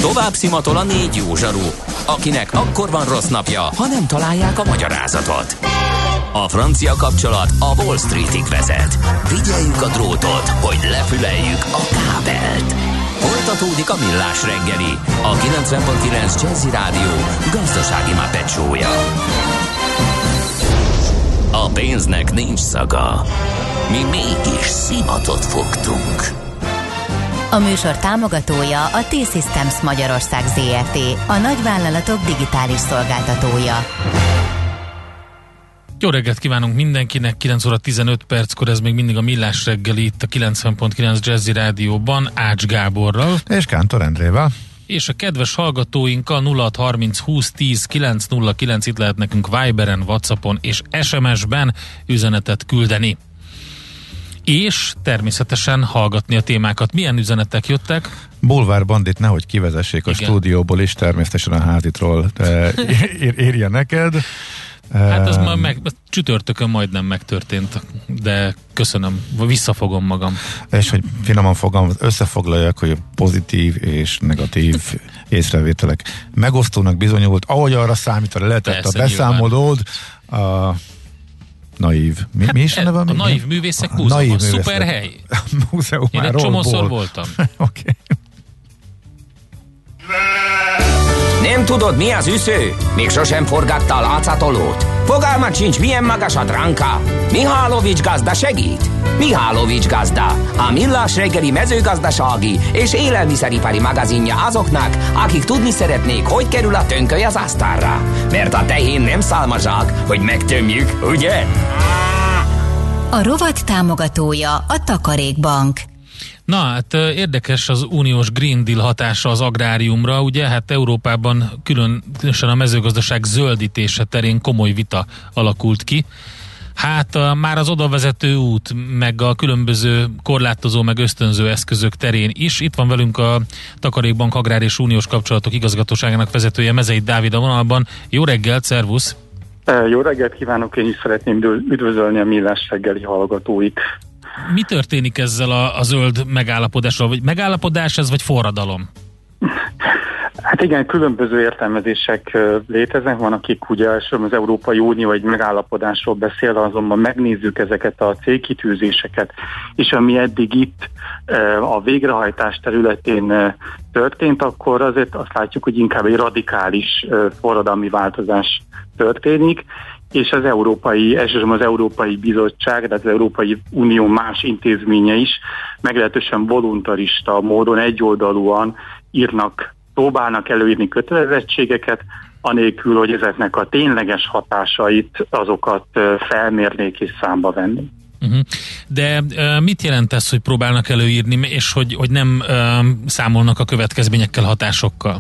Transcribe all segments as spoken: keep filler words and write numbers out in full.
Tovább szimatol a négy jó zsaru, akinek akkor van rossz napja, ha nem találják a magyarázatot. A francia kapcsolat a Wall Streetig vezet. Figyeljük a drótot, hogy lefüleljük a kábelt. Folytatódik a Millás reggeli, a kilencven pont kilenc Jazzy Rádió gazdasági Muppet show-ja. A pénznek nincs szaga. Mi mégis szimatot fogtunk. A műsor támogatója a T-Systems Magyarország Zrt., a nagyvállalatok digitális szolgáltatója. Jó reggelt kívánunk mindenkinek, kilenc óra tizenöt perckor, ez még mindig a Millás reggeli itt a kilencven pont kilenc Jazzy Rádióban, Ács Gáborral. És Kántor Endrével. És a kedves hallgatóinkkal nulla hat harminc húsz tíz kilenc nulla kilenc, itt lehet nekünk Viberen, WhatsAppon és es em es-ben üzenetet küldeni. És természetesen hallgatni a témákat. Milyen üzenetek jöttek? Bulvár Bandit nehogy kivezessék a Igen. stúdióból is, természetesen a házitról ér, érje neked. Hát ez már meg, csütörtökön majdnem megtörtént, de köszönöm, visszafogom magam. És hogy finoman fogom, összefoglaljak, hogy pozitív és negatív észrevételek megosztónak bizonyult, ahogy arra számítani lehetett. Persze, a beszámolód, a naív. Mi, mi is a neve? A Naív Művészek Múzeuma. Szuper hely. Én egy csomószor voltam. Oké. Okay. Nem tudod, mi az üsző? Még sosem forgatta a látszatolót? Fogalmat sincs, milyen magas a dránka? Mihálovics gazda segít? Mihálovics gazda, a Millás reggeli mezőgazdasági és élelmiszeripari magazinja azoknak, akik tudni szeretnék, hogy kerül a tönköly az asztalra. Mert a tehén nem szálmazsák, hogy megtömjük, ugye? A rovat támogatója a Takarékbank. Na, hát érdekes az uniós Green Deal hatása az agráriumra, ugye, hát Európában különösen a mezőgazdaság zöldítése terén komoly vita alakult ki. Hát a, már az odavezető út, meg a különböző korlátozó, meg ösztönző eszközök terén is. Itt van velünk a Takarékbank Agrár és Uniós Kapcsolatok Igazgatóságának vezetője, Mezei Dávid a vonalban. Jó reggelt, szervusz! Jó reggelt kívánok, én is szeretném üdvözölni a Millás reggeli hallgatóit. Mi történik ezzel a, a zöld megállapodással? Vagy megállapodás ez, vagy forradalom? Hát igen, különböző értelmezések léteznek, van akik ugye elsősorban az Európai Unió egy megállapodásról beszél, azonban megnézzük ezeket a célkitűzéseket, és ami eddig itt a végrehajtás területén történt, akkor azért azt látjuk, hogy inkább egy radikális forradalmi változás történik, és az Európai, elsősorban az Európai Bizottság, tehát az Európai Unió más intézménye is meglehetősen voluntarista módon egyoldalúan írnak, próbálnak előírni kötelezettségeket, anélkül, hogy ezeknek a tényleges hatásait, azokat felmérnék és számba venni. Uh-huh. De uh, mit jelent ez, hogy próbálnak előírni, és hogy, hogy nem uh, számolnak a következményekkel, hatásokkal?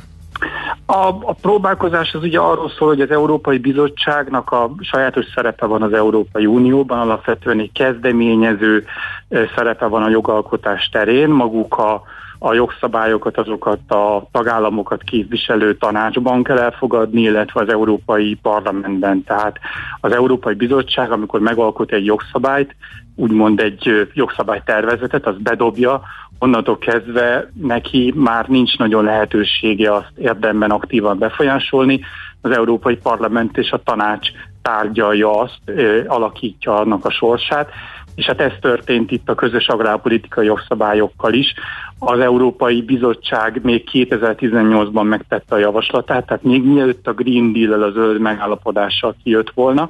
A, a próbálkozás az ugye arról szól, hogy az Európai Bizottságnak a sajátos szerepe van az Európai Unióban, alapvetően egy kezdeményező szerepe van a jogalkotás terén, maguk a, a jogszabályokat, azokat a tagállamokat képviselő tanácsban kell elfogadni, illetve az Európai Parlamentben. Tehát az Európai Bizottság, amikor megalkot egy jogszabályt, úgymond egy jogszabálytervezetet, az bedobja, onnantól kezdve neki már nincs nagyon lehetősége azt érdemben aktívan befolyásolni. Az Európai Parlament és a tanács tárgyalja azt, alakítja annak a sorsát, és hát ez történt itt a közös agrárpolitikai jogszabályokkal is. Az Európai Bizottság még kétezer-tizennyolcban megtette a javaslatát, tehát még mielőtt a Green Deal-el, a zöld megállapodással kijött volna.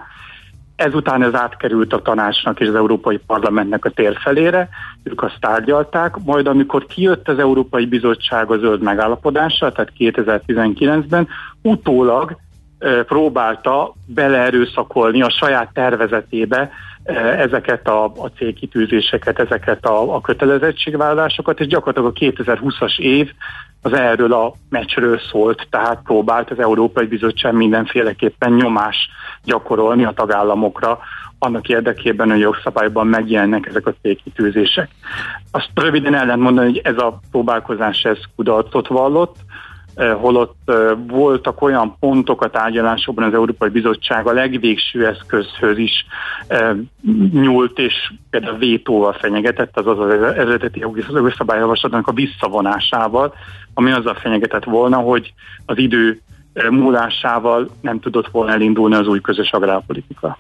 Ezután ez átkerült a tanácsnak és az Európai Parlamentnek a térfelére, ők azt tárgyalták, majd amikor kijött az Európai Bizottság a zöld megállapodással, tehát kétezer-tizenkilencben, utólag e, próbálta beleerőszakolni a saját tervezetébe e, ezeket a, a célkitűzéseket, ezeket a, a kötelezettségvállalásokat, és gyakorlatilag a kétezer-húszas év az erről a meccsről szólt, tehát próbált az Európai Bizottság mindenféleképpen nyomás gyakorolni a tagállamokra, annak érdekében, hogy jogszabályban megjelennek ezek a célkitűzések. Azt röviden ellent mondani, hogy ez a próbálkozás ez kudarcot vallott, holott voltak olyan pontok a tárgyalásokban az Európai Bizottság a legvégső eszközhöz is nyúlt, és például vétóval fenyegetett, azaz az eredeti jogi szabályjavaslatnak a visszavonásával, ami azzal fenyegetett volna, hogy az idő múlásával nem tudott volna elindulni az új közös agrárpolitika.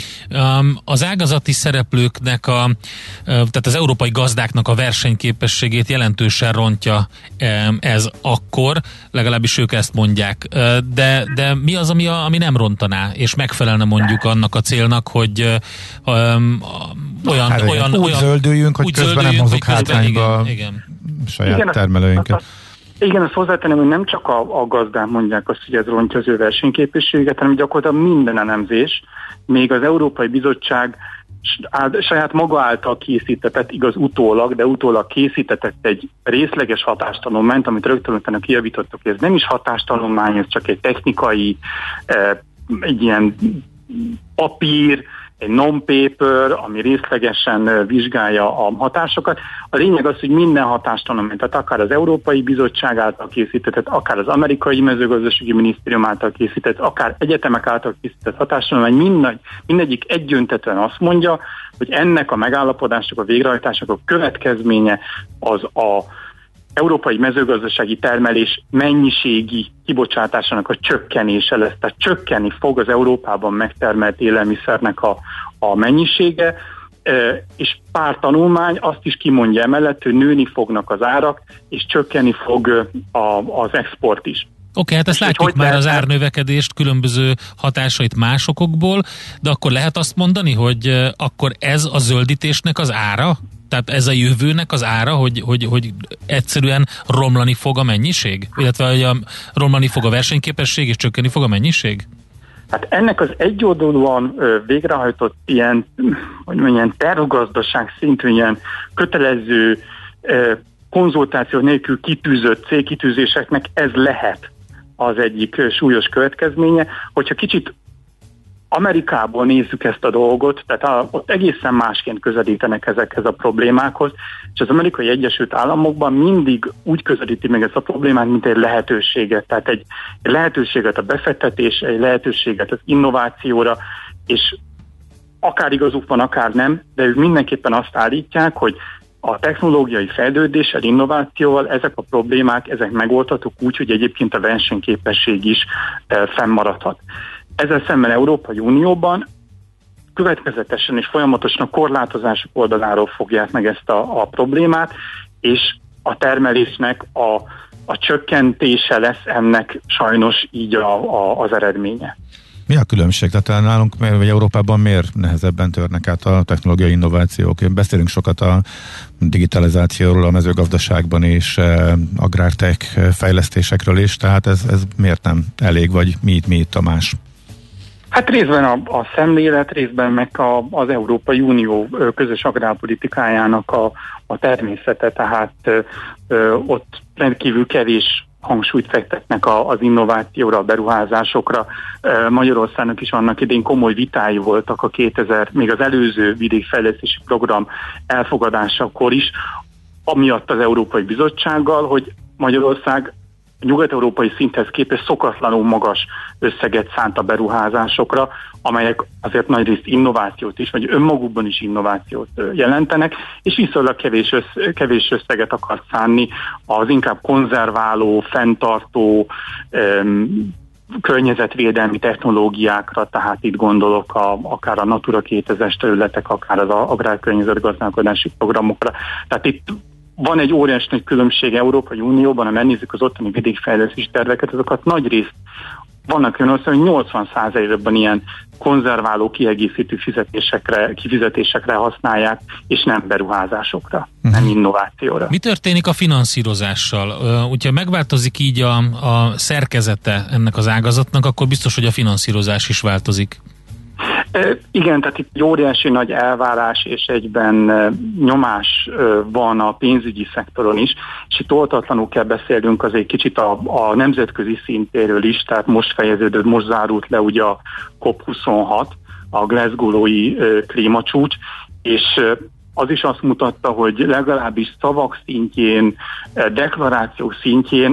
Az ágazati szereplőknek, a, tehát az európai gazdáknak a versenyképességét jelentősen rontja ez akkor, legalábbis ők ezt mondják. De, de mi az, ami, a, ami nem rontaná, és megfelelne mondjuk annak a célnak, hogy um, olyan, hát, olyan, úgy olyan zöldüljünk, hogy közben zöldüljünk, nem hozunk hátrányba igen, igen. saját igen, termelőinket. Igen, azt hozzátenném, hogy nem csak a, a gazdák mondják azt, hogy ez rontja az ő versenyképességet, hanem gyakorlatilag minden elemzés, még az Európai Bizottság saját maga által készítetett, igaz utólag, de utólag készítetett egy részleges hatástanulmányt, amit rögtön utána kijavítottak, hogy ez nem is hatástanulmány, ez csak egy technikai, egy ilyen papír, egy non-paper, ami részlegesen vizsgálja a hatásokat. A lényeg az, hogy minden hatástanulmány, tehát akár az Európai Bizottság által készített, akár az Amerikai Mezőgazdasági Minisztérium által készített, akár egyetemek által készített hatástanulmány, mindegy, mindegyik egyöntetően azt mondja, hogy ennek a megállapodásnak, a végrehajtásnak a következménye az a európai mezőgazdasági termelés mennyiségi kibocsátásának a csökkenése lesz. Tehát csökkenni fog az Európában megtermelt élelmiszernek a, a mennyisége, és pár tanulmány azt is kimondja emellett, hogy nőni fognak az árak, és csökkenni fog a, az export is. Oké, okay, hát ezt látjuk már az árnövekedést, különböző hatásait másokból, de akkor lehet azt mondani, hogy akkor ez a zöldítésnek az ára? Tehát ez a jövőnek az ára, hogy, hogy, hogy egyszerűen romlani fog a mennyiség? Illetve hogy a, romlani fog a versenyképesség és csökkenni fog a mennyiség? Hát ennek az egyoldalúan végrehajtott ilyen, hogy mondjam, tervgazdaság szintű ilyen kötelező konzultáció nélkül kitűzött célkitűzéseknek ez lehet az egyik súlyos következménye. Hogyha kicsit Amerikából nézzük ezt a dolgot, tehát a, ott egészen másként közelítenek ezekhez a problémákhoz, és az Amerikai Egyesült Államokban mindig úgy közelíti meg ezt a problémát, mint egy lehetőséget, tehát egy, egy lehetőséget a befektetésre, egy lehetőséget az innovációra, és akár igazuk van, akár nem, de ők mindenképpen azt állítják, hogy a technológiai fejlődéssel, innovációval ezek a problémák, ezek megoldhatók úgy, hogy egyébként a versenyképesség is e, fennmaradhat. Ezzel szemben Európai Unióban következetesen és folyamatosan a korlátozások oldaláról fogják meg ezt a, a problémát, és a termelésnek a, a csökkentése lesz ennek sajnos így a, a, az eredménye. Mi a különbség? Tehát nálunk, vagy Európában miért nehezebben törnek át a technológiai innovációk? Beszélünk sokat a digitalizációról a mezőgazdaságban és eh, agrártech fejlesztésekről is, tehát ez, ez miért nem elég, vagy mi itt, mi itt a más? Hát részben a, a szemlélet, részben meg a, az Európai Unió közös agrárpolitikájának a, a természete, tehát ö, ott rendkívül kevés hangsúlyt fektetnek a, az innovációra, a beruházásokra. Magyarországnak is annak idén komoly vitái voltak a kétezer, még az előző vidékfejlesztési program elfogadásakor is, amiatt az Európai Bizottsággal, hogy Magyarország nyugat-európai szinthez képest szokatlanul magas összeget szánt a beruházásokra, amelyek azért nagyrészt innovációt is, vagy önmagukban is innovációt jelentenek, és viszonylag kevés, össz, kevés összeget akart szánni az inkább konzerváló, fenntartó, öm, környezetvédelmi technológiákra, tehát itt gondolok a, akár a Natura kétezres területek, akár az agrárkörnyezetgazdálkodási programokra. Tehát itt van egy óriási nagy különbség Európai Unióban, ha megnézzük az ottani vidékfejlesztési terveket, azokat nagy részt vannak olyan országok, hogy nyolcvan százalékban ilyen konzerváló kiegészítő fizetésekre, kifizetésekre használják, és nem beruházásokra, uh-huh. nem innovációra. Mi történik a finanszírozással? Hogyha megváltozik így a, a szerkezete ennek az ágazatnak, akkor biztos, hogy a finanszírozás is változik. Igen, tehát itt egy óriási nagy elvárás és egyben nyomás van a pénzügyi szektoron is, és itt oltatlanul kell beszélnünk azért kicsit a, a nemzetközi szintéről is, tehát most fejeződött, most zárult le ugye a kop huszonhat, a Glasgow-i klímacsúcs, és az is azt mutatta, hogy legalábbis szavak szintjén, deklarációk szintjén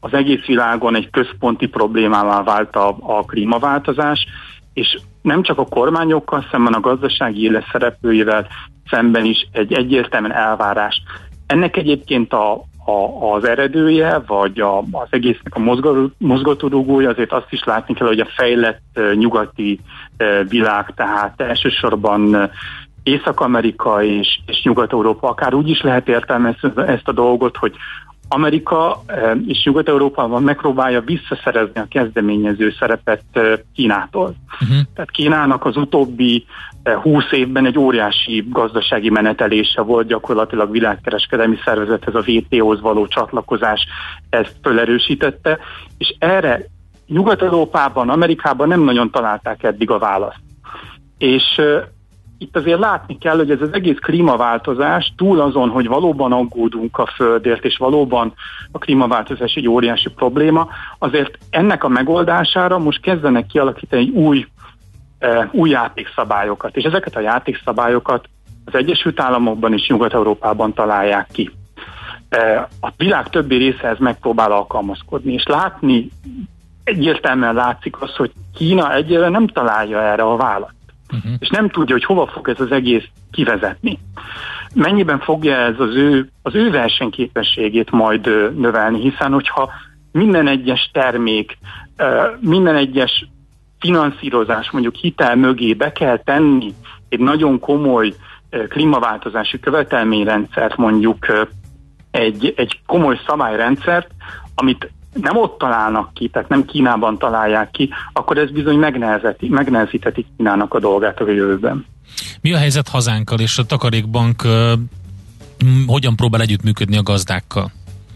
az egész világon egy központi problémává vált a, a klímaváltozás, és nem csak a kormányokkal szemben, a gazdasági élet szereplőivel szemben is egy egyértelműen elvárás. Ennek egyébként a, a, az eredője, vagy a, az egésznek a mozgatórugója, azért azt is látni kell, hogy a fejlett uh, nyugati uh, világ, tehát elsősorban uh, Észak-Amerika és, és Nyugat-Európa, akár úgy is lehet értelmezni ezt a dolgot, hogy Amerika és Nyugat-Európában megpróbálja visszaszerezni a kezdeményező szerepet Kínától. Uh-huh. Tehát Kínának az utóbbi húsz évben egy óriási gazdasági menetelése volt, gyakorlatilag világkereskedelmi szervezethez, a vé té ó-hoz való csatlakozás ezt felerősítette, és erre Nyugat-Európában, Amerikában nem nagyon találták eddig a választ. És itt azért látni kell, hogy ez az egész klímaváltozás túl azon, hogy valóban aggódunk a Földért, és valóban a klímaváltozás egy óriási probléma, azért ennek a megoldására most kezdenek kialakítani egy új, e, új játékszabályokat, és ezeket a játékszabályokat az Egyesült Államokban és Nyugat-Európában találják ki. E, a világ többi részehez megpróbál alkalmazkodni, és látni, egyértelműen látszik az, hogy Kína egyelőre nem találja erre a választ. Uh-huh. És nem tudja, hogy hova fog ez az egész kivezetni. Mennyiben fogja ez az ő, az ő versenyképességét majd ö, növelni, hiszen hogyha minden egyes termék, ö, minden egyes finanszírozás, mondjuk hitel mögé be kell tenni egy nagyon komoly ö, klímaváltozási követelményrendszert, mondjuk ö, egy, egy komoly szabályrendszert, amit nem ott találnak ki, tehát nem Kínában találják ki, akkor ez bizony megnehezítheti Kínának a dolgát a jövőben. Mi a helyzet hazánkkal, és a Takarékbank uh, hogyan próbál együttműködni a gazdákkal?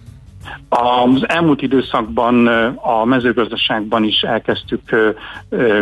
Az elmúlt időszakban a mezőgazdaságban is elkezdtük uh, uh,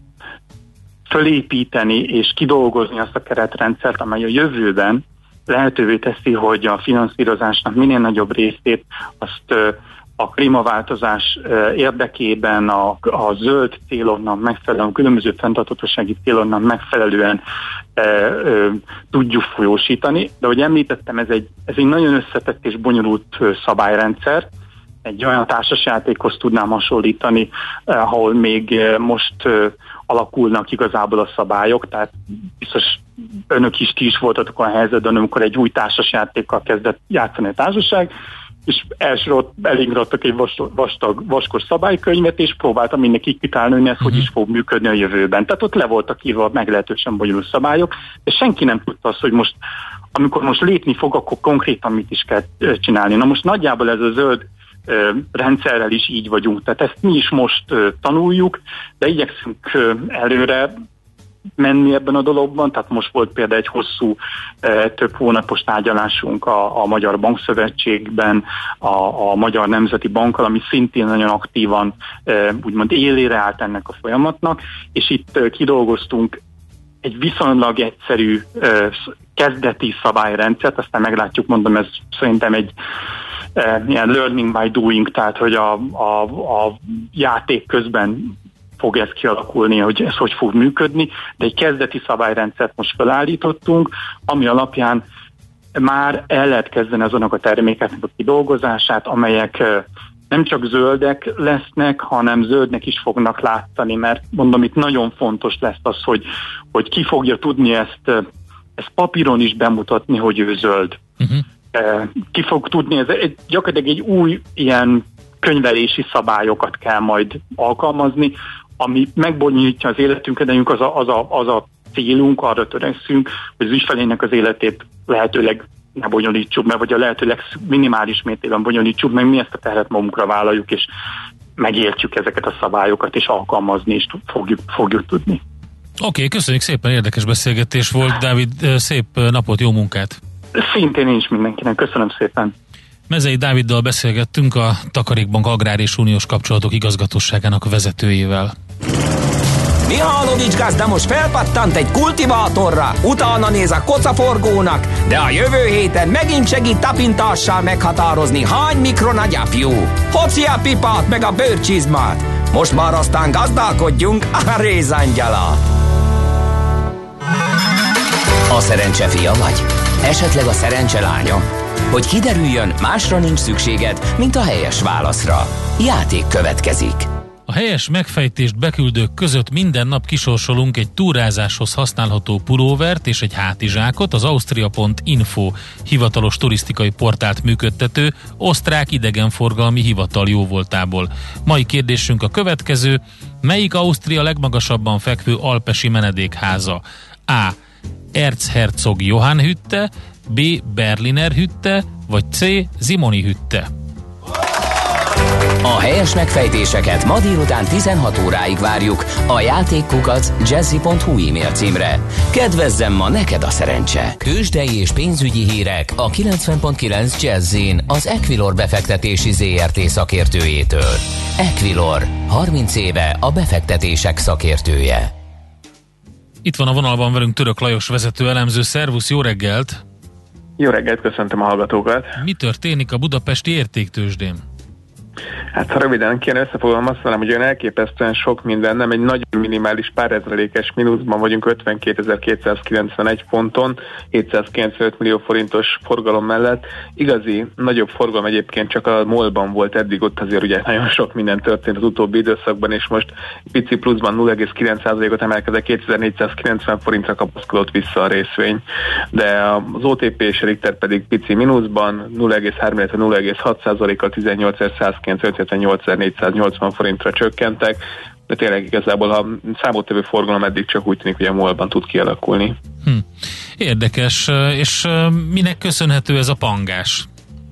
fölépíteni és kidolgozni azt a keretrendszert, amely a jövőben lehetővé teszi, hogy a finanszírozásnak minél nagyobb részét azt uh, a klímaváltozás érdekében, a, a zöld céloknak megfelelően, a különböző fenntarthatósági céloknak megfelelően e, e, tudjuk folyósítani. De ahogy említettem, ez egy, ez egy nagyon összetett és bonyolult szabályrendszer. Egy olyan társasjátékhoz tudnám hasonlítani, ahol még most alakulnak igazából a szabályok, tehát biztos önök is, ti is voltatok olyan helyzetben, amikor egy új társasjátékkal kezdett játszani a társaság, és elsőre elindítottak egy vastag, vaskos szabálykönyvet, és próbáltam mindenki kitálni, hogy ez uh-huh. hogy is fog működni a jövőben. Tehát ott le voltak írva meglehetősen bonyolult szabályok, de senki nem tudta azt, hogy most, amikor most lépni fog, akkor konkrétan mit is kell csinálni. Na most nagyjából ez a zöld ö, rendszerrel is így vagyunk. Tehát ezt mi is most ö, tanuljuk, de igyekszünk ö, előre menni ebben a dologban, tehát most volt például egy hosszú, több hónapos tárgyalásunk a, a Magyar Bankszövetségben, a, a Magyar Nemzeti Bankkal, ami szintén nagyon aktívan úgymond élére állt ennek a folyamatnak, és itt kidolgoztunk egy viszonylag egyszerű kezdeti szabályrendszert, aztán meglátjuk, mondom, ez szerintem egy ilyen learning by doing, tehát hogy a, a, a játék közben fog ez kialakulni, hogy ez hogy fog működni, de egy kezdeti szabályrendszert most felállítottunk, ami alapján már el lehet kezdeni azonnak a termékeknek a kidolgozását, amelyek nem csak zöldek lesznek, hanem zöldnek is fognak látszani, mert mondom, itt nagyon fontos lesz az, hogy, hogy ki fogja tudni ezt, ezt papíron is bemutatni, hogy ő zöld. Uh-huh. Ki fog tudni, ez egy, gyakorlatilag egy új ilyen könyvelési szabályokat kell majd alkalmazni, ami megbonyolítja az életünket, de az a, az, a, az a célunk, arra törekszünk, hogy az ügyfelének az életét lehetőleg ne bonyolítsuk meg, vagy a lehetőleg minimális mértékben bonyolítsuk meg, mi ezt a terhet magunkra vállaljuk, és megértjük ezeket a szabályokat, és alkalmazni is fogjuk, fogjuk tudni. Oké, okay, köszönjük szépen, érdekes beszélgetés volt, Dávid, szép napot, jó munkát! Szintén én is mindenkinek, köszönöm szépen! Mezei Dáviddal beszélgettünk, a Takarékbank Agrár és Uniós Kapcsolatok igazgatóságának vezetőjével. Mihálovics gazda most felpattant egy kultivátorra, utána néz a kocaforgónak, de a jövő héten megint segít tapintással meghatározni, hány mikron a gyapjú. Hoci a pipát meg a bőrcsizmát. Most már aztán gazdálkodjunk a rézangyala. A szerencse fia vagy? Esetleg a szerencse lánya? Hogy kiderüljön, másra nincs szükséged, mint a helyes válaszra. Játék következik. A helyes megfejtést beküldők között minden nap kisorsolunk egy túrázáshoz használható pulóvert és egy hátizsákot az austria pont info hivatalos turisztikai portált működtető osztrák idegenforgalmi hivatal jóvoltából. Mai kérdésünk a következő: melyik Ausztria legmagasabban fekvő alpesi menedékháza? A. Erzherzog Johann Hütte, B. Berliner Hütte, vagy C. Zimoni Hütte? A helyes megfejtéseket ma délután tizenhat óráig várjuk a játékkukac jazzy pont hu e-mail címre. Kedvezzem ma neked a szerencse! Tőzsdei és pénzügyi hírek a kilencven pont kilenc Jazzin az Equilor befektetési zé er té szakértőjétől. Equilor, harminc éve a befektetések szakértője. Itt van a vonalban velünk Török Lajos vezető elemző. Szervusz, jó reggelt! Jó reggelt, köszöntöm a hallgatókat! Mi történik a budapesti értéktőzsdén? Hát ha röviden kéne összefoglalom, azt mondom, hogy olyan elképesztően sok minden, nem egy nagyon minimális pár ezrelékes mínuszban vagyunk ötvenkétezer-kétszázkilencvenegy ponton, hétszázkilencvenöt millió forintos forgalom mellett. Igazi, nagyobb forgalom egyébként csak a MOL-ban volt eddig, ott azért ugye nagyon sok minden történt az utóbbi időszakban, és most pici pluszban nulla egész kilenc százalékot emelkedett, kétezer-négyszázkilencven forintra kapaszkodott vissza a részvény. De az o té pé és a Richter pedig pici mínuszban, nulla egész három, illetve nulla egész hat százalékkal tizennyolcezer-százkilencvenöt-hetvennyolcszáz-nyolcvan forintra csökkentek, de tényleg igazából a számottevő forgalom eddig csak úgy tűnik, hogy a MOL-ban tud kialakulni. Hm. Érdekes, és minek köszönhető ez a pangás?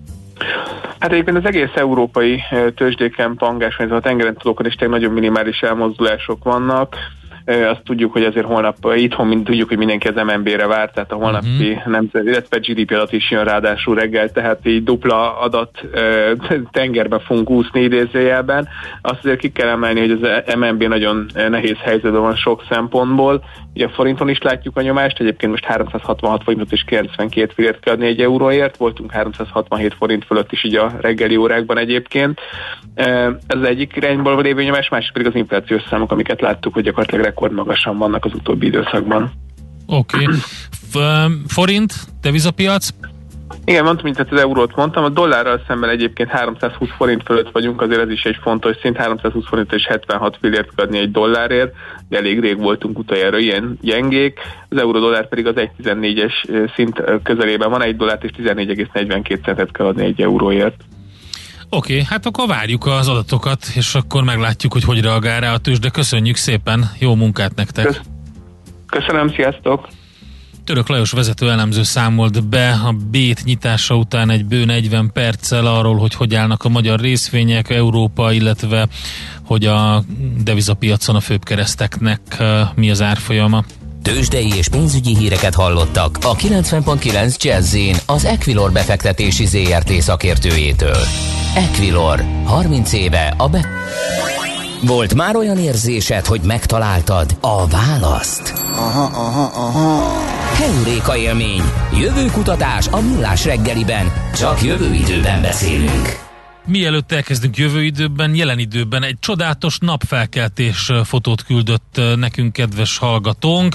Hát egyébként az egész európai tőzsdéken pangás, vagy a tengeren túlokon is tényleg nagyon minimális elmozdulások vannak. Azt tudjuk, hogy azért holnap itthon mind tudjuk, hogy mindenki az em en bé-re vár, tehát a holnapi uh-huh. nemzet, illetve gé dé pé adat is jön ráadásul reggel, tehát így dupla adat e, tengerbe fogunk úszni idézőjelben. Azt azért ki kell emelni, hogy az em en bé nagyon nehéz helyzetben van sok szempontból. Ugye a forinton is látjuk a nyomást, egyébként most háromszázhatvanhat forintot és kilencvenkét fillért kell adni egy euróért, voltunk háromszázhatvanhét forint fölött is így a reggeli órákban egyébként. Ez az egyik irányból lévő nyomás, másik pedig az inflációs számok, amiket láttuk, hogy gyakorlatilag rekordmagasan vannak az utóbbi időszakban. Oké. Okay. Forint, devizapiac? Igen, mondtam, mint az eurót mondtam, a dollárral szemben egyébként háromszázhúsz forint fölött vagyunk, azért ez is egy fontos szint, háromszázhúsz forint és hetvenhat fillért kell adni egy dollárért, de elég rég voltunk utoljára ilyen gyengék, az euró-dollár pedig az egy egész tizennégyes szint közelében van, egy dollárt és tizennégy egész negyvenkét centet kell adni egy euróért. Oké, okay, hát akkor várjuk az adatokat, és akkor meglátjuk, hogy hogy reagál rá a tőzsde. Köszönjük szépen, jó munkát nektek! Köszönöm, sziasztok! Török Lajos vezető elemző számolt be a Bét nyitása után egy bő negyven perccel arról, hogy hogy állnak a magyar részvények, Európa, illetve hogy a devizapiacon a főbb kereszteknek mi az árfolyama. Tőzsdei és pénzügyi híreket hallottak a kilencven pont kilenc Jazzin az Equilor befektetési zé er té szakértőjétől. Equilor, harminc éve a be... Volt már olyan érzésed, hogy megtaláltad a választ? Aha, aha, aha. Heuréka élmény, jövőkutatás a Millás reggeliben, csak jövő időben beszélünk. Mielőtt elkezdünk jövő időben, jelen időben egy csodálatos napfelkeltés fotót küldött nekünk kedves hallgatónk.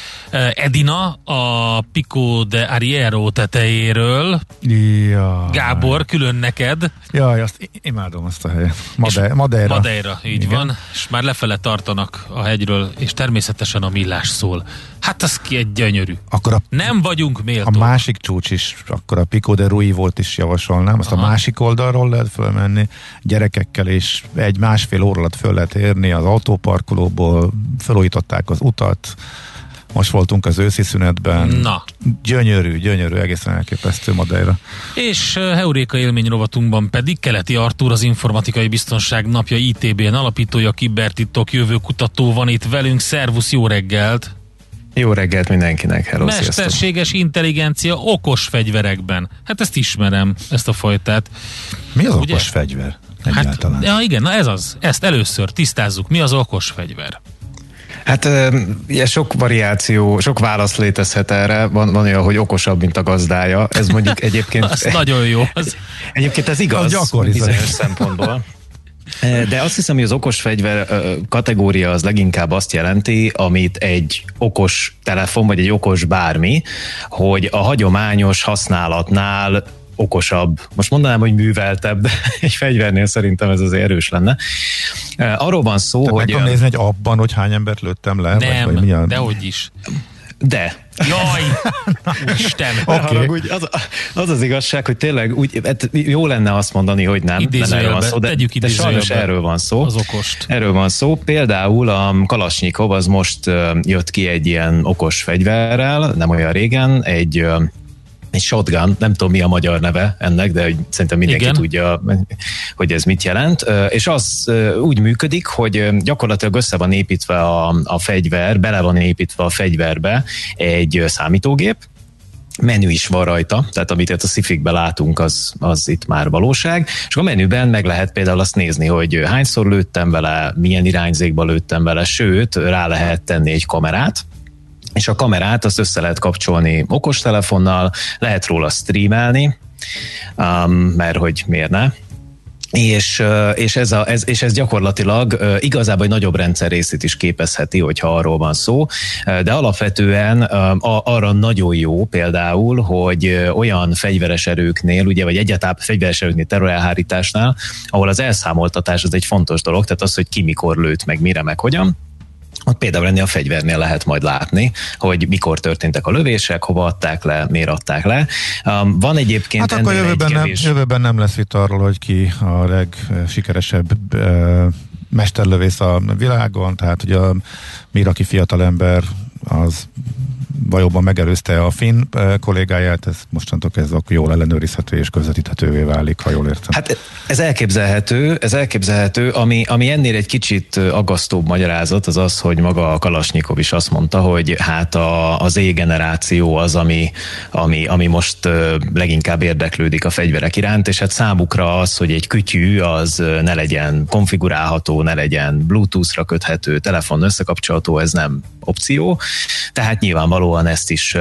Edina a Pico de Arriero tetejéről. Jaj. Gábor, külön neked. Jaj, azt imádom azt a helyet. Made- Madeira. Madeira, így igen. Van. És már lefele tartanak a hegyről, és természetesen a Millás szól. Hát az ki egy gyönyörű. Akkor a, Nem vagyunk méltók. A másik csúcs is, akkor a Pico de Rui volt is javasolnám. Azt Aha. a másik oldalról lehet fölmenni gyerekekkel, és egy másfél óra alatt föl lehet érni az autóparkolóból, felújították az utat. Most voltunk az őszi szünetben. Na. Gyönyörű, gyönyörű, egészen elképesztő Madeira. És uh, Heuréka élmény rovatunkban pedig Keleti Artúr, az Informatikai Biztonság Napja i té bé-n alapítója, kibertitok jövőkutató van itt velünk. Szervusz, jó reggelt! Jó reggelt mindenkinek, hello, Mesterséges sziasztok. Intelligencia okos fegyverekben. Hát ezt ismerem, ezt a fajtát. Mi az ugye? Okos fegyver? Egyáltalán. Hát, ja, igen, na ez az. Ezt először tisztázzuk. Mi az okos fegyver? Hát ugye sok variáció, sok válasz létezhet erre, van, van olyan, hogy okosabb, mint a gazdája, ez mondjuk egyébként... Az nagyon jó. Az... Egyébként ez igaz, gyakori, bizonyos szempontból. De azt hiszem, hogy az okos fegyver kategória az leginkább azt jelenti, amit egy okos telefon, vagy egy okos bármi, hogy a hagyományos használatnál okosabb, most mondanám, hogy műveltebb, de egy fegyvernél szerintem ez azért erős lenne. Arról van szó, te hogy... meg kell nézni, hogy abban, hogy hány embert lőttem le? Nem, vagy, vagy mi a... dehogy is. De. Jaj! Isten! Okay. Az, az az igazság, hogy tényleg úgy, hát jó lenne azt mondani, hogy nem, erről van szó, de, de sajnos erről van szó. Az okost. Erről van szó. Például a Kalasnyikov az most jött ki egy ilyen okos fegyverrel, nem olyan régen, egy egy shotgun, nem tudom mi a magyar neve ennek, de hogy szerintem mindenki Igen. tudja, hogy ez mit jelent, és az úgy működik, hogy gyakorlatilag össze van építve a, a fegyver, bele van építve a fegyverbe egy számítógép, menü is van rajta, tehát amit itt a sci-fikben látunk, az, az itt már valóság, és a menüben meg lehet például azt nézni, hogy hányszor lőttem vele, milyen irányzékba lőttem vele, sőt, rá lehet tenni egy kamerát, és a kamerát azt össze lehet kapcsolni okostelefonnal, lehet róla streamelni, um, mert hogy miért ne? És, és, ez a, ez, és ez gyakorlatilag igazából egy nagyobb rendszer részét is képezheti, hogyha arról van szó, de alapvetően a, arra nagyon jó például, hogy olyan fegyveres erőknél, ugye, vagy egyáltalán fegyveres erőknél, terrorelhárításnál, ahol az elszámoltatás az egy fontos dolog, tehát az, hogy ki mikor lőtt, meg mire, meg hogyan, ott például ennél a fegyvernél lehet majd látni, hogy mikor történtek a lövések, hova adták le, miért adták le. Um, van egyébként hát akkor jövőben, nem, jövőben nem lesz vita arról, hogy ki a legsikeresebb uh, mesterlövész a világon, tehát hogy a miraki fiatalember az valóban megelőzte a finn kollégáját, ez mostantól kezdve jól ellenőrizhető és közvetíthetővé válik, ha jól értem. Hát ez elképzelhető, ez elképzelhető, ami, ami ennél egy kicsit aggasztóbb magyarázat, az az, hogy maga a Kalasnyikov is azt mondta, hogy hát a, az Z-generáció az, ami, ami, ami most leginkább érdeklődik a fegyverek iránt, és hát számukra az, hogy egy kütyű az ne legyen konfigurálható, ne legyen Bluetooth-ra köthető, telefon összekapcsolható, ez nem opció, tehát nyilvánvalóan ezt is,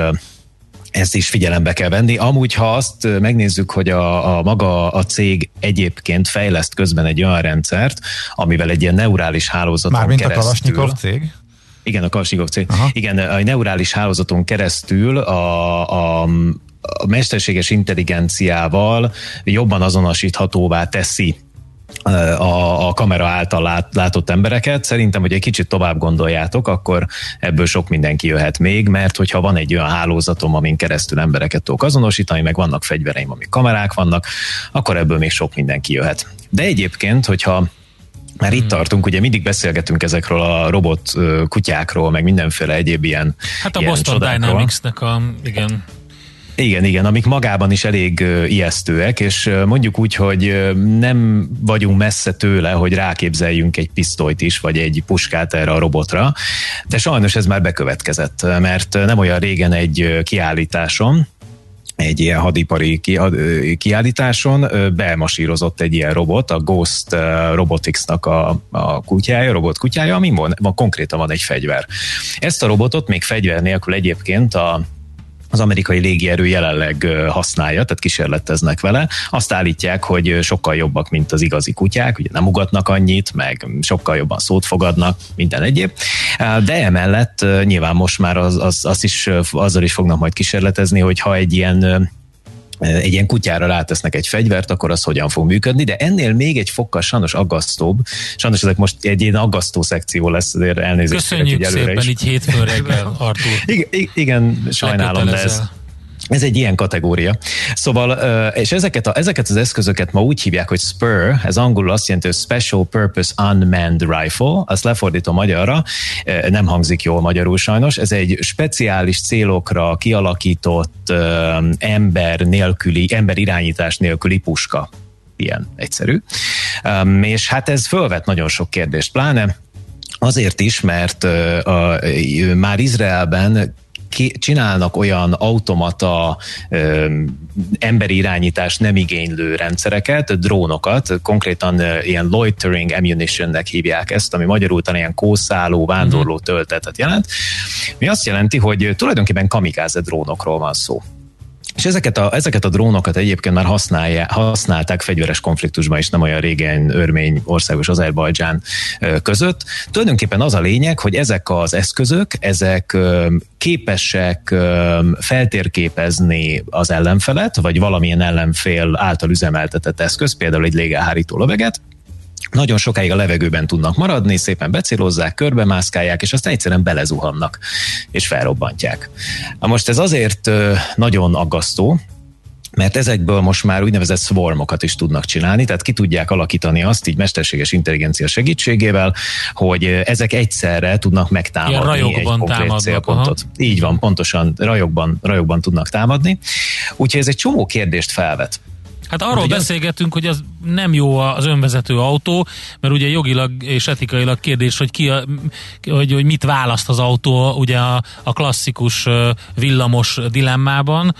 ezt is figyelembe kell venni. Amúgy, ha azt megnézzük, hogy a, a maga a cég egyébként fejleszt közben egy olyan rendszert, amivel egy ilyen neurális hálózaton Mármint keresztül... Mármint a Kalasnyikov cég? Igen, a Kalasnyikov cég. Aha. Igen, a neurális hálózaton keresztül a, a, a mesterséges intelligenciával jobban azonosíthatóvá teszi A, a kamera által lát, látott embereket. Szerintem, hogy egy kicsit tovább gondoljátok, akkor ebből sok mindenki jöhet még, mert hogyha van egy olyan hálózatom, amin keresztül embereket tudok azonosítani, meg vannak fegyvereim, amik kamerák vannak, akkor ebből még sok mindenki jöhet. De egyébként, hogyha már itt tartunk, ugye mindig beszélgetünk ezekről a robot kutyákról, meg mindenféle egyéb ilyen Hát a ilyen Boston csodákról. Dynamics-nek a, igen... Igen, igen, amik magában is elég uh, ijesztőek, és uh, mondjuk úgy, hogy uh, nem vagyunk messze tőle, hogy ráképzeljünk egy pisztolyt is, vagy egy puskát erre a robotra, de sajnos ez már bekövetkezett, mert nem olyan régen egy uh, kiállításon, egy ilyen hadipari kiállításon bemasírozott egy ilyen robot, a Ghost Robotics-nak a, a kutyája, robot kutyája, amin van, van, konkrétan van egy fegyver. Ezt a robotot még fegyver nélkül egyébként a az amerikai légierő jelenleg használja, tehát kísérleteznek vele. Azt állítják, hogy sokkal jobbak, mint az igazi kutyák, ugye nem ugatnak annyit, meg sokkal jobban szót fogadnak, minden egyéb. De emellett nyilván most már az, az, az is, azzal is fognak majd kísérletezni, hogy ha egy ilyen egy ilyen kutyára rátesznek egy fegyvert, akkor az hogyan fog működni, de ennél még egy fokkal sajnos aggasztóbb. Sajnos ezek most egy ilyen aggasztó szekció lesz, azért elnézést. Köszönjük szépen, is. Így hétfőn reggel, Artúr. Igen, igen sajnálom, de ez, ez egy ilyen kategória. Szóval, és ezeket, a, ezeket az eszközöket ma úgy hívják, hogy S P U R, ez angolul azt jelenti, hogy Special Purpose Unmanned Rifle, azt lefordítom magyarra, nem hangzik jól magyarul sajnos, ez egy speciális célokra kialakított ember nélküli, ember irányítás nélküli puska. Ilyen egyszerű. És hát ez fölvet nagyon sok kérdést, pláne azért is, mert a, már Izraelben csinálnak olyan automata ö, emberi irányítást nem igénylő rendszereket, drónokat, konkrétan ö, ilyen loitering ammunitionnek hívják ezt, ami magyarul talán ilyen kószáló, vándorló töltetet jelent. Mi azt jelenti, hogy tulajdonképpen kamikáze drónokról van szó. És ezeket a, ezeket a drónokat egyébként már használták fegyveres konfliktusban is nem olyan régen Örmény ország és Azerbajdzsán között. Tulajdonképpen az a lényeg, hogy ezek az eszközök, ezek képesek feltérképezni az ellenfelet, vagy valamilyen ellenfél által üzemeltetett eszköz, például egy légelhárító löveget, nagyon sokáig a levegőben tudnak maradni, szépen becélozzák, körbemászkálják, és aztán egyszerűen belezuhannak, és felrobbantják. Na most ez azért nagyon aggasztó, mert ezekből most már úgynevezett swarmokat is tudnak csinálni, tehát ki tudják alakítani azt így mesterséges intelligencia segítségével, hogy ezek egyszerre tudnak megtámadni egy konkrét célpontot. Aha. Így van, pontosan rajokban, rajokban tudnak támadni. Úgyhogy ez egy csomó kérdést felvet. Hát arról hát, beszélgetünk, hogy az nem jó az önvezető autó, mert ugye jogilag és etikailag kérdés, hogy, ki a, hogy, hogy mit választ az autó ugye a, a klasszikus villamos dilemmában,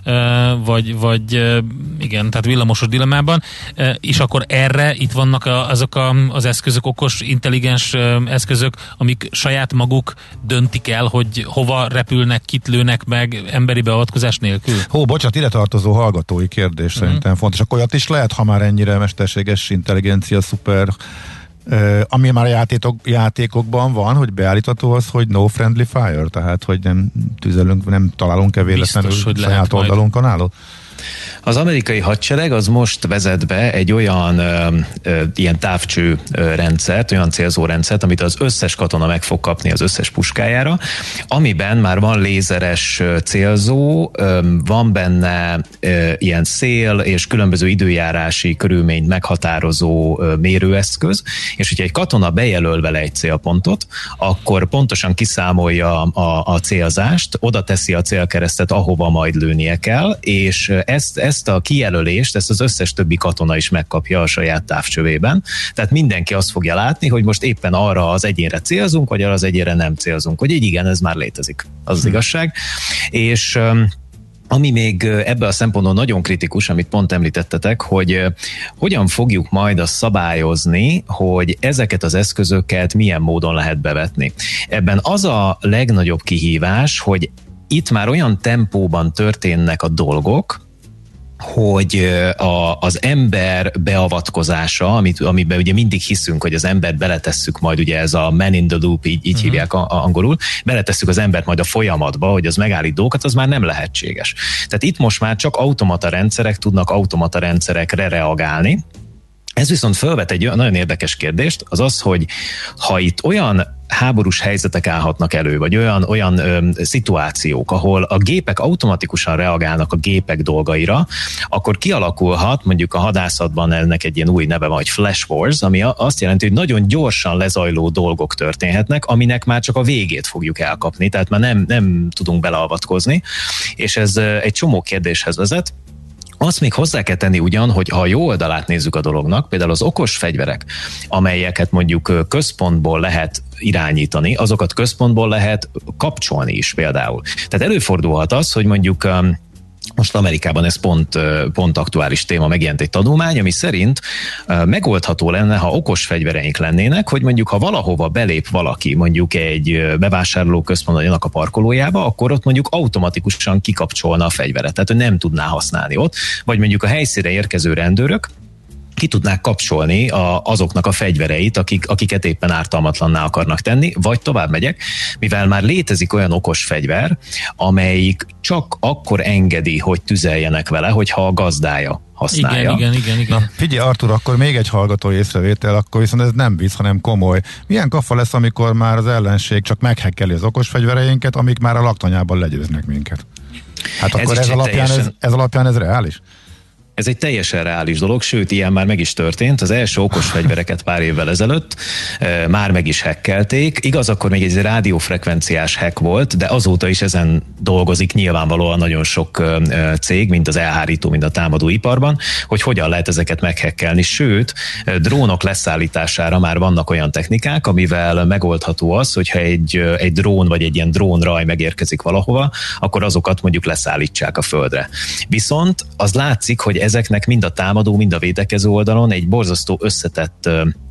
vagy, vagy igen, tehát villamosos dilemmában, és akkor erre itt vannak azok a, az eszközök, okos, intelligens eszközök, amik saját maguk döntik el, hogy hova repülnek, kit lőnek meg emberi beavatkozás nélkül. Hó, bocsánat, ide tartozó hallgatói kérdés mm-hmm. szerintem fontos. Akkor olyat is lehet, ha már ennyire mesterséges intelligencia, szuper, Uh, ami már a játékok, játékokban van, hogy beállítható az, hogy no friendly fire, tehát hogy nem tüzelünk, nem találunk-e véletlenül saját oldalunkon álló? Az amerikai hadsereg az most vezet be egy olyan ö, ö, ilyen távcső ö, rendszert, olyan célzó rendszert, amit az összes katona meg fog kapni az összes puskájára, amiben már van lézeres célzó, ö, van benne ö, ilyen szél és különböző időjárási körülményt meghatározó ö, mérőeszköz, és hogyha egy katona bejelöl vele egy célpontot, akkor pontosan kiszámolja a, a célzást, oda teszi a célkeresztet, ahova majd lőnie kell, és ezt, ezt a kijelölést, ezt az összes többi katona is megkapja a saját távcsövében. Tehát mindenki azt fogja látni, hogy most éppen arra az egyénre célzunk, vagy arra az egyénre nem célzunk. Hogy így igen, ez már létezik. Az az igazság. És ami még ebből a szempontból nagyon kritikus, amit pont említettetek, hogy hogyan fogjuk majd azt szabályozni, hogy ezeket az eszközöket milyen módon lehet bevetni. Ebben az a legnagyobb kihívás, hogy itt már olyan tempóban történnek a dolgok, hogy a, az ember beavatkozása, amit, amiben ugye mindig hiszünk, hogy az embert beletesszük majd, ugye ez a man in the loop, így, így uh-huh. hívják a, a angolul, beletesszük az embert majd a folyamatba, hogy az megállít dolgokat, az már nem lehetséges. Tehát itt most már csak automata rendszerek tudnak automata rendszerekre reagálni. Ez viszont felvet egy nagyon érdekes kérdést, az az, hogy ha itt olyan háborús helyzetek állhatnak elő, vagy olyan, olyan ö, szituációk, ahol a gépek automatikusan reagálnak a gépek dolgaira, akkor kialakulhat, mondjuk a hadászatban ennek egy ilyen új neve van, hogy Flash Wars, ami azt jelenti, hogy nagyon gyorsan lezajló dolgok történhetnek, aminek már csak a végét fogjuk elkapni, tehát már nem, nem tudunk beleavatkozni, és ez egy csomó kérdéshez vezet. Azt még hozzá kell tenni ugyan, hogy ha a jó oldalát nézzük a dolognak, például az okos fegyverek, amelyeket mondjuk központból lehet irányítani, azokat központból lehet kapcsolni is például. Tehát előfordulhat az, hogy mondjuk most Amerikában ez pont, pont aktuális téma, megjelent egy tanulmány, ami szerint megoldható lenne, ha okos fegyvereink lennének, hogy mondjuk ha valahova belép valaki, mondjuk egy bevásárlóközpontban, annak a parkolójába, akkor ott mondjuk automatikusan kikapcsolna a fegyveret, tehát hogy nem tudná használni ott, vagy mondjuk a helyszínre érkező rendőrök ki tudnák kapcsolni a, azoknak a fegyvereit, akik, akiket éppen ártalmatlanná akarnak tenni, vagy tovább megyek, mivel már létezik olyan okos fegyver, amelyik csak akkor engedi, hogy tüzeljenek vele, hogyha a gazdája használja. Igen, igen, igen. igen. Na, figyelj Artur, akkor még egy hallgató észrevétel, akkor viszont ez nem vicc, hanem komoly. Milyen kafa lesz, amikor már az ellenség csak meghekkeli az okos fegyvereinket, amik már a laktanyában legyőznek minket? Hát akkor ez, ez, alapján, teljesen... ez, ez alapján ez reális? Ez egy teljesen reális dolog, sőt, ilyen már meg is történt. Az első okos fegyvereket pár évvel ezelőtt e, már meg is hackelték. Igaz, akkor még egy rádiófrekvenciás hack volt, de azóta is ezen dolgozik nyilvánvalóan nagyon sok e, cég, mint az elhárító, mint a támadóiparban, hogy hogyan lehet ezeket meghackelni. Sőt, e, drónok leszállítására már vannak olyan technikák, amivel megoldható az, hogyha egy, egy drón vagy egy ilyen drónraj megérkezik valahova, akkor azokat mondjuk leszállítsák a földre. Viszont az látszik, hogy ezeknek mind a támadó, mind a védekező oldalon egy borzasztó összetett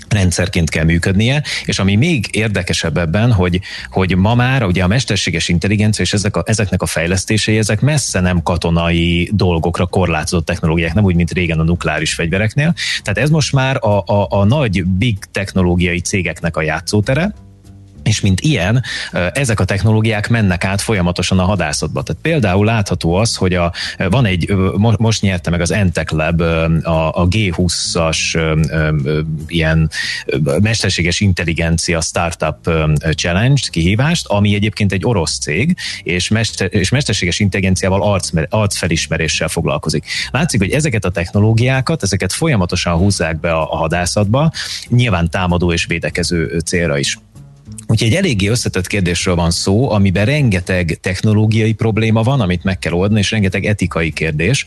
rendszerként kell működnie, és ami még érdekesebb ebben, hogy, hogy ma már ugye a mesterséges intelligencia és ezek a, ezeknek a fejlesztései, ezek messze nem katonai dolgokra korlátozott technológiák, nem úgy, mint régen a nukleáris fegyvereknél. Tehát ez most már a, a, a nagy big technológiai cégeknek a játszótere, és mint ilyen, ezek a technológiák mennek át folyamatosan a hadászatba. Tehát például látható az, hogy a, van egy, most nyerte meg az Entech Lab a, a gé húszas ilyen mesterséges intelligencia startup challenge kihívást, ami egyébként egy orosz cég, és, mester, és mesterséges intelligenciával arc, arcfelismeréssel foglalkozik. Látszik, hogy ezeket a technológiákat, ezeket folyamatosan húzzák be a, a hadászatba, nyilván támadó és védekező célra is. Úgyhogy egy eléggé összetett kérdésről van szó, amiben rengeteg technológiai probléma van, amit meg kell oldani, és rengeteg etikai kérdés,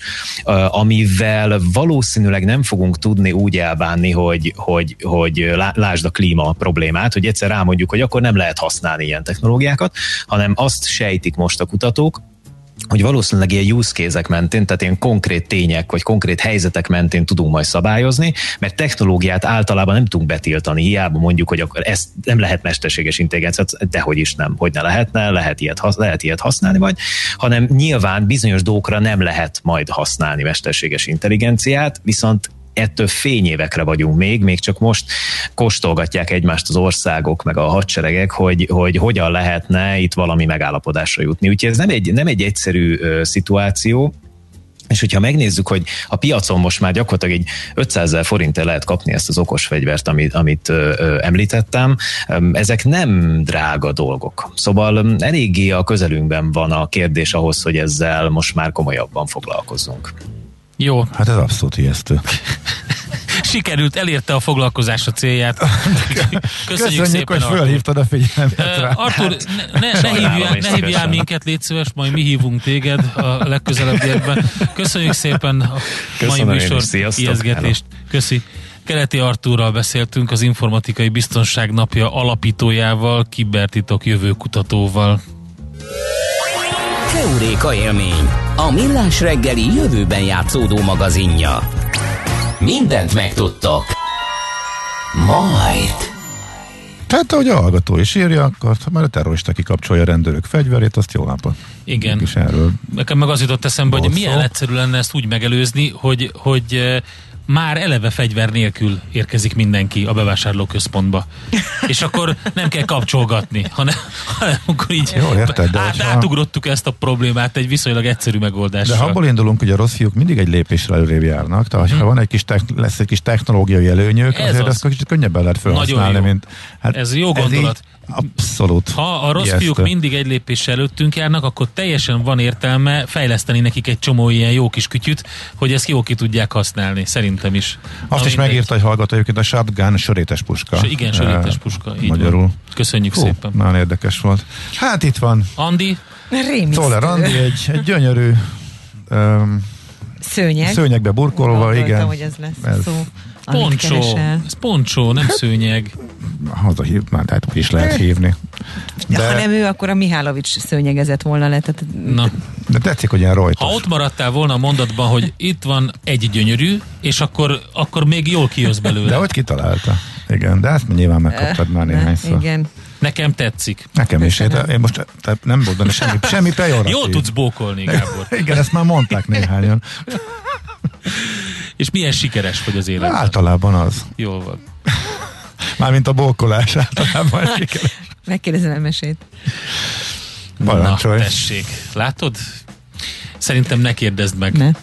amivel valószínűleg nem fogunk tudni úgy elbánni, hogy, hogy, hogy lásd a klíma problémát, hogy egyszer rámondjuk, hogy akkor nem lehet használni ilyen technológiákat, hanem azt sejtik most a kutatók, hogy valószínűleg ilyen use case-ek mentén, tehát ilyen konkrét tények, vagy konkrét helyzetek mentén tudunk majd szabályozni, mert technológiát általában nem tudunk betiltani, hiába mondjuk, hogy akkor ezt nem lehet mesterséges intelligencia, dehogy is nem, hogy ne lehetne, lehet ilyet, lehet ilyet használni majd, hanem nyilván bizonyos dolgokra nem lehet majd használni mesterséges intelligenciát, viszont ettől fényévekre vagyunk még, még csak most kóstolgatják egymást az országok, meg a hadseregek, hogy, hogy hogyan lehetne itt valami megállapodásra jutni. Úgyhogy ez nem egy, nem egy egyszerű uh, szituáció, és hogyha megnézzük, hogy a piacon most már gyakorlatilag egy ötszázezer forintért lehet kapni ezt az okos fegyvert, amit, amit ö, ö, említettem, ezek nem drága dolgok. Szóval eléggé a közelünkben van a kérdés ahhoz, hogy ezzel most már komolyabban foglalkozzunk. Jó. Hát ez abszolút ijesztő. Sikerült, elérte a foglalkozás a célját. Köszönjük, Köszönjük szépen, hogy fölhívtad a figyelmet uh, rá. Artur, ne, ne, ne, hívjál, ne hívjál minket, légy szíves, majd mi hívunk téged a legközelebbiekben. Köszönjük szépen a Köszönöm mai műsor ijeszgetést. Köszi. Keleti Artúrral beszéltünk, az Informatikai Biztonság Napja alapítójával, kibertitok jövőkutatóval. Heuréka élmény, a millás reggeli jövőben játszódó magazinja. Mindent megtudtok. Majd. Tehát, ahogy a hallgató is írja, akkor már a terrorista kikapcsolja a rendőrök fegyverét, azt jó napot. Igen. És erről Nekem meg az jutott eszembe, hogy milyen szó. egyszerű lenne ezt úgy megelőzni, hogy, hogy már eleve fegyver nélkül érkezik mindenki a bevásárlóközpontba. És akkor nem kell kapcsolgatni, hanem, hanem akkor így Jó, érted, de át, hogyha... átugrottuk ezt a problémát egy viszonylag egyszerű megoldással. De ha abból indulunk, hogy a rossz fiúk mindig egy lépésre előrébb járnak, tehát hmm. ha van egy kis te- lesz egy kis technológiai előnyök, ez azért az. ezt kicsit könnyebben lehet felhasználni, mint... Hát ez jó gondolat. Ez abszolút. Ha a rossz ijesztő. fiúk mindig egy lépéssel előttünk járnak, akkor teljesen van értelme fejleszteni nekik egy csomó ilyen jó kis kütyüt, hogy ezt jó ki tudják használni, szerintem is. Azt Na, is megírta, hogy hallgató egyébként a shotgun sörétes puska. S- igen, sörétes puska. Így magyarul. Van. Köszönjük Hú, szépen. nagyon érdekes volt. Hát itt van. Andi? Czoller Andi, egy, egy gyönyörű um, szőnyeg. Szőnyegbe burkolva, Gondoltam, igen. hogy ez lesz ez. szó. Poncsó. Ez poncsó, nem szőnyeg. Haza hív, már tehát úgy is lehet hívni. De, de ha nem ő, akkor a Mihálovics szőnyegezett volna le. Tehát... Na. De tetszik, hogy ilyen rojtos. Ha ott maradtál volna a mondatban, hogy itt van egy gyönyörű, és akkor, akkor még jól kijössz belőle. De hogy kitalálta? Igen, de ezt nyilván megkaptad már néhányszor. Igen. Nekem tetszik. Nekem is, de én most tehát nem mondom semmi, semmi pejoratív. Jól tudsz bókolni, Gábor. Igen, ezt már mondták néhányan. És milyen sikeres vagy az életben? Általában az. Jól van. Mármint a bókolás általában sikeres. Megkérdezem a mesét. Parancsolj. Na, tessék. Látod? Szerintem ne kérdezd meg. Ne.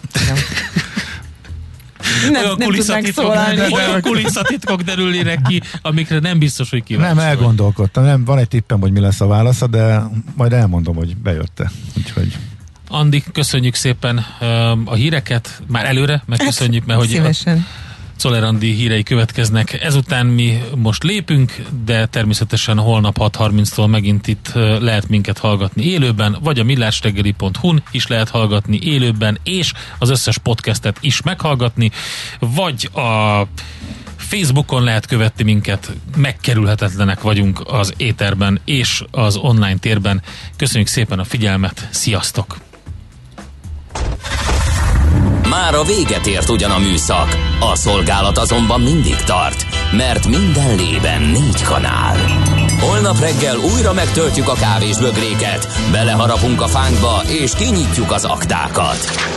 Nem, olyan, kulisszatitkok, olyan kulisszatitkok derülnének ki, amikre nem biztos, hogy kíváncsi. Nem, elgondolkodtam. Nem, van egy tippem, hogy mi lesz a válasza, de majd elmondom, hogy bejött-e. Úgyhogy... Andi, köszönjük szépen a híreket, már előre, megköszönjük, mert hogy szívesen. Czoller Andi hírei következnek. Ezután mi most lépünk, de természetesen holnap hat harminctól megint itt lehet minket hallgatni élőben, vagy a millásreggeli pont hu-n is lehet hallgatni élőben, és az összes podcastet is meghallgatni, vagy a Facebookon lehet követni minket, megkerülhetetlenek vagyunk az éterben és az online térben. Köszönjük szépen a figyelmet, sziasztok! Már a véget ért ugyan a műszak, A szolgálat azonban mindig tart, mert minden lében négy kanál. Holnap reggel újra megtöltjük a kávésbögréket, beleharapunk a fánkba és kinyitjuk az aktákat.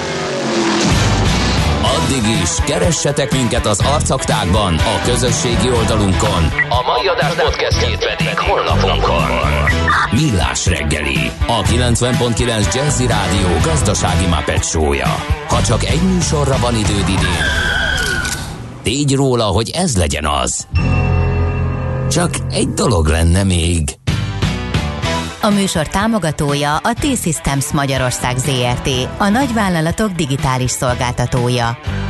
Addig is keressetek minket az arcaktákban, a közösségi oldalunkon, a mai adás podcastjét pedig honlapunkon. Millás reggeli, a kilencven pont kilenc Jazzy Rádió gazdasági Muppet show-ja. Ha csak egy műsorra van időd idén, tégy róla, hogy ez legyen az. Csak egy dolog lenne még. A műsor támogatója a T-Systems Magyarország Zé Er Té, a nagyvállalatok digitális szolgáltatója.